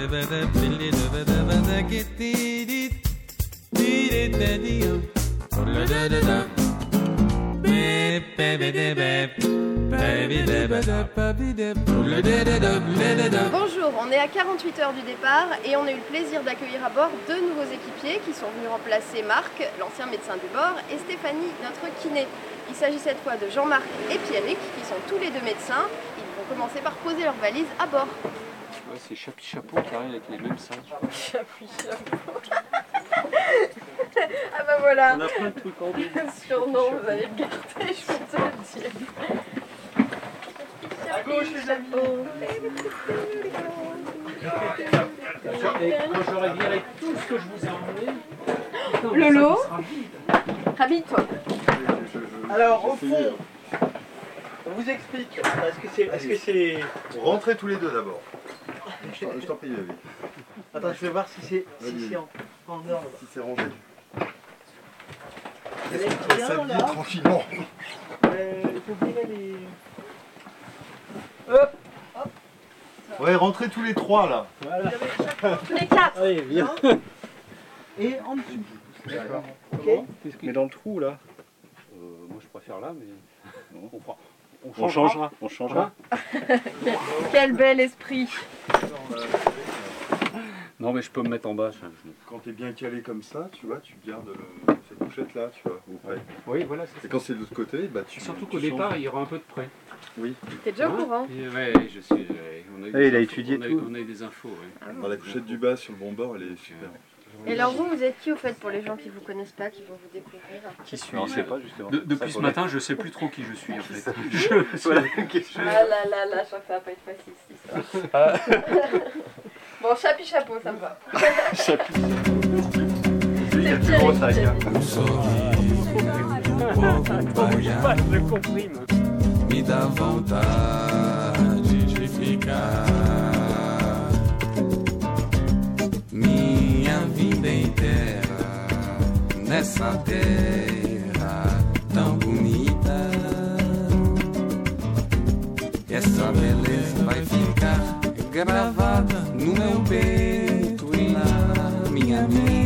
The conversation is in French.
Bonjour, on est à 48 heures du départ et on a eu le plaisir d'accueillir à bord deux nouveaux équipiers qui sont venus remplacer Marc, l'ancien médecin du bord, et Stéphanie, notre kiné. Il s'agit cette fois de Jean-Marc et Pierrick qui sont tous les deux médecins. Ils vont commencer par poser leurs valises à bord. Ouais, c'est Chapi Chapeau qui arrive avec les mêmes sacs. Chapi Chapeau. Ah bah voilà. On a plein de trucs en double. Surnom, vous allez le garder, je peux te le dire. À gauche les amis. Et quand j'aurai viré tout ce que je vous ai emmené, Lolo, habille-toi. Alors au fond, on vous explique. Est-ce que c'est... Rentrez tous les deux d'abord. Je t'en prie, David. Attends, je vais voir si c'est en ordre. Si c'est rangé. Vous êtes On bien s'habille là. tranquillement. Il faut virer les... Hop. Ouais, rentrez tous les trois là. Voilà. Tous les quatre. Allez, viens. Et en dessous. D'accord. Ok. mais dans le trou là. Moi je préfère là, mais on changera. On changera. Quel bel esprit. Non mais je peux me mettre en bas. Quand t'es bien calé comme ça, tu vois, tu gardes cette couchette là, tu vois, auprès. Oui, voilà. Et quand c'est de l'autre côté, bah tu. Surtout tu qu'au changes. départ, il y aura un peu de près. Oui. T'es déjà au courant? Ouais, je suis. On a eu il a des étudié infos, tout. On a eu des infos. Ouais. Dans la couchette du bas sur le bon bord, elle est super. Et alors vous êtes qui au fait pour les gens qui vous connaissent pas, qui vont vous découvrir? Qui suis On sait pas justement. Depuis ce matin, je sais plus trop qui je suis en fait. Voilà la question. Ah là là là, je crois que ça va pas être facile cette histoire. Bon, Chapi Chapeau, ça me va. Il y a du gros sac. Hein. Je comprime. Me dá vontade de ficar minha vida inteira nessa terra tão bonita. Essa beleza vai ficar gravada no meu peito e na minha mente.